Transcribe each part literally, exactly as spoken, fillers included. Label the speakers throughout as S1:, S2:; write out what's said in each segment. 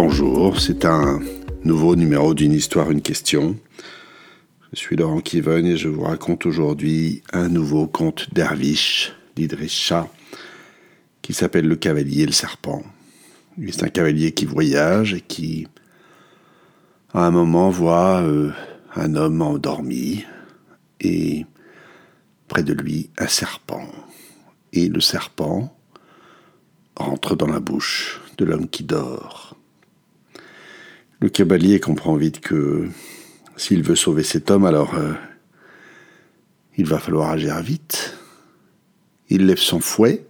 S1: Bonjour, c'est un nouveau numéro d'une histoire, une question. Je suis Laurent Kiven et je vous raconte aujourd'hui un nouveau conte d'Erwish, d'Idriss Shah, qui s'appelle Le Cavalier et le Serpent. Lui, c'est un cavalier qui voyage et qui, à un moment, voit euh, un homme endormi et près de lui, un serpent. Et le serpent rentre dans la bouche de l'homme qui dort. Le cavalier comprend vite que s'il veut sauver cet homme, alors euh, il va falloir agir vite. Il lève son fouet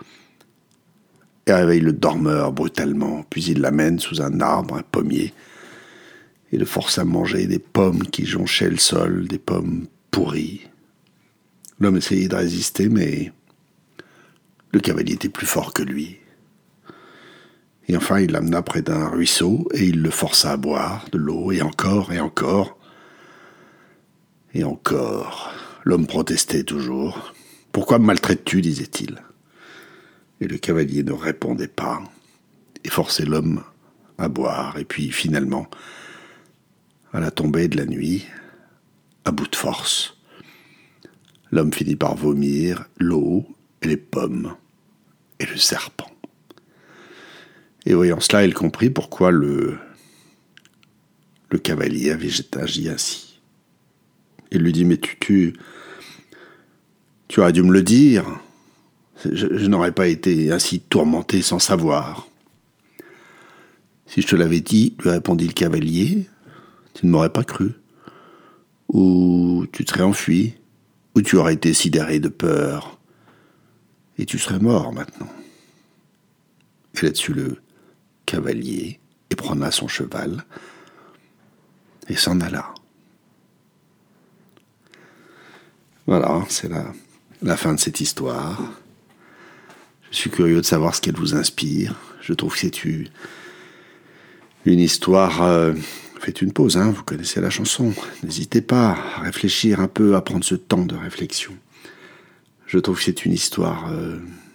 S1: et réveille le dormeur brutalement, puis il l'amène sous un arbre, un pommier, et le force à manger des pommes qui jonchaient le sol, des pommes pourries. L'homme essayait de résister, mais le cavalier était plus fort que lui. Et enfin, il l'amena près d'un ruisseau et il le força à boire de l'eau, et encore, et encore, et encore. L'homme protestait toujours. « Pourquoi me maltraites-tu » disait-il. Et le cavalier ne répondait pas, et forçait l'homme à boire. Et puis, finalement, à la tombée de la nuit, à bout de force, l'homme finit par vomir l'eau et les pommes et le serpent. Et voyant cela, il comprit pourquoi le, le cavalier avait agi ainsi. Il lui dit « Mais tu, tu, tu aurais dû me le dire. Je, je n'aurais pas été ainsi tourmenté sans savoir. » « Si je te l'avais dit, lui répondit le cavalier, tu ne m'aurais pas cru. Ou tu te serais enfui, ou tu aurais été sidéré de peur, et tu serais mort maintenant. » Et là-dessus, le cavalier éprena son cheval et s'en alla. Voilà, c'est la, la fin de cette histoire. Je suis curieux de savoir ce qu'elle vous inspire. Je trouve que c'est une, une histoire... Euh, faites une pause, hein, vous connaissez la chanson. N'hésitez pas à réfléchir un peu, à prendre ce temps de réflexion. Je trouve que c'est une histoire euh,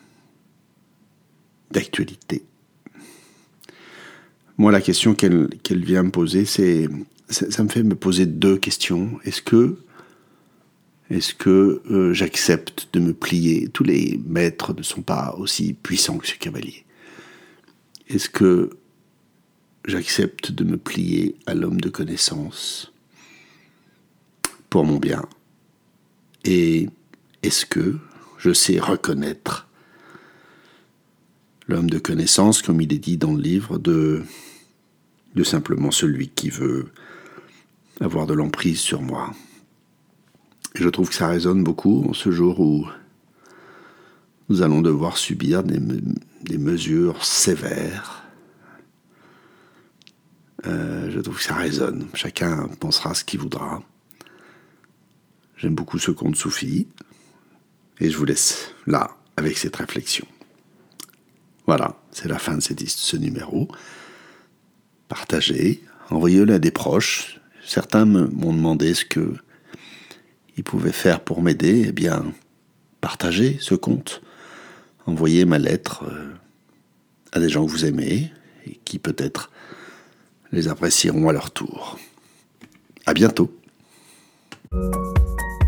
S1: d'actualité. Moi, la question qu'elle, qu'elle vient me poser, c'est, ça, ça me fait me poser deux questions. Est-ce que, est-ce que euh, j'accepte de me plier? Tous les maîtres ne sont pas aussi puissants que ce cavalier. Est-ce que j'accepte de me plier à l'homme de connaissance pour mon bien? Et est-ce que je sais reconnaître l'homme de connaissance, comme il est dit dans le livre, de, de simplement celui qui veut avoir de l'emprise sur moi? Et je trouve que ça résonne beaucoup en ce jour où nous allons devoir subir des, des mesures sévères. Euh, je trouve que ça résonne. Chacun pensera ce qu'il voudra. J'aime beaucoup ce conte soufi. Et je vous laisse là, avec cette réflexion. Voilà, c'est la fin de cette, ce numéro. Partagez, envoyez-le à des proches. Certains m'ont demandé ce qu'ils pouvaient faire pour m'aider. Eh bien, partagez ce conte. Envoyez ma lettre à des gens que vous aimez et qui peut-être les apprécieront à leur tour. À bientôt.